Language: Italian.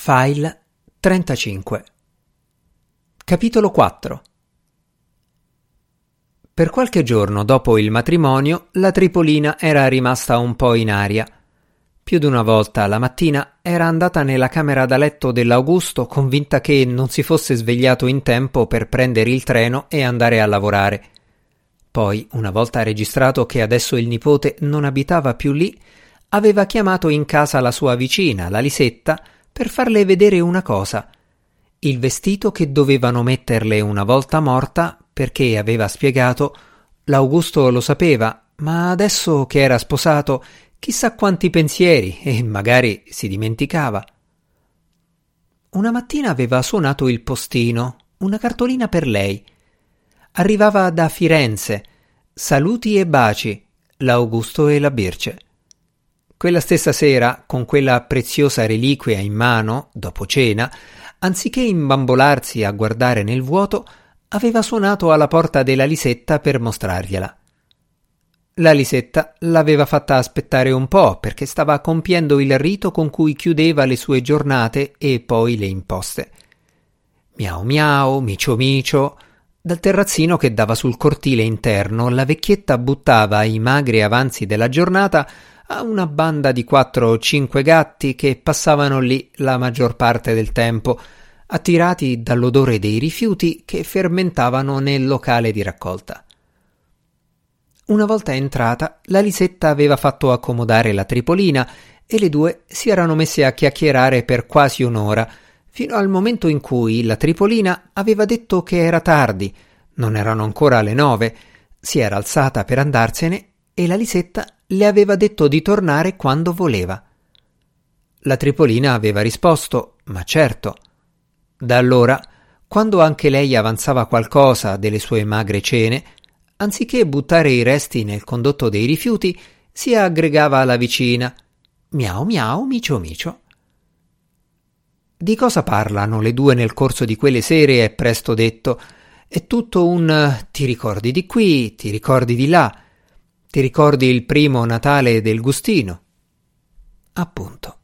File 35. Capitolo 4. Per qualche giorno dopo il matrimonio, la Tripolina era rimasta un po' in aria. Più di una volta la mattina era andata nella camera da letto dell'Augusto convinta che non si fosse svegliato in tempo per prendere il treno e andare a lavorare. Poi, una volta registrato che adesso il nipote non abitava più lì, aveva chiamato in casa la sua vicina, la Lisetta, per farle vedere una cosa: il vestito che dovevano metterle una volta morta, perché aveva spiegato l'Augusto lo sapeva, ma adesso che era sposato chissà quanti pensieri e magari si dimenticava. Una mattina aveva suonato il postino, una cartolina per lei. Arrivava da Firenze, saluti e baci, l'Augusto e la Birce. Quella stessa sera, con quella preziosa reliquia in mano, dopo cena, anziché imbambolarsi a guardare nel vuoto, aveva suonato alla porta della Lisetta per mostrargliela. La Lisetta l'aveva fatta aspettare un po' perché stava compiendo il rito con cui chiudeva le sue giornate e poi le imposte. Miau miau, micio micio. Dal terrazzino che dava sul cortile interno, la vecchietta buttava i magri avanzi della giornata a una banda di 4 o 5 gatti che passavano lì la maggior parte del tempo, attirati dall'odore dei rifiuti che fermentavano nel locale di raccolta. Una volta entrata, la Lisetta aveva fatto accomodare la Tripolina e le due si erano messe a chiacchierare per quasi un'ora, fino al momento in cui la Tripolina aveva detto che era tardi, non erano ancora le 9, si era alzata per andarsene e la Lisetta le aveva detto di tornare quando voleva. La Tripolina aveva risposto: ma certo. Da allora, quando anche lei avanzava qualcosa delle sue magre cene, anziché buttare i resti nel condotto dei rifiuti, si aggregava alla vicina. Miau miau, micio micio. Di cosa parlano le due nel corso di quelle sere è presto detto. È tutto un ti ricordi di qui, ti ricordi di là. Ti ricordi il primo Natale del Gustino? Appunto.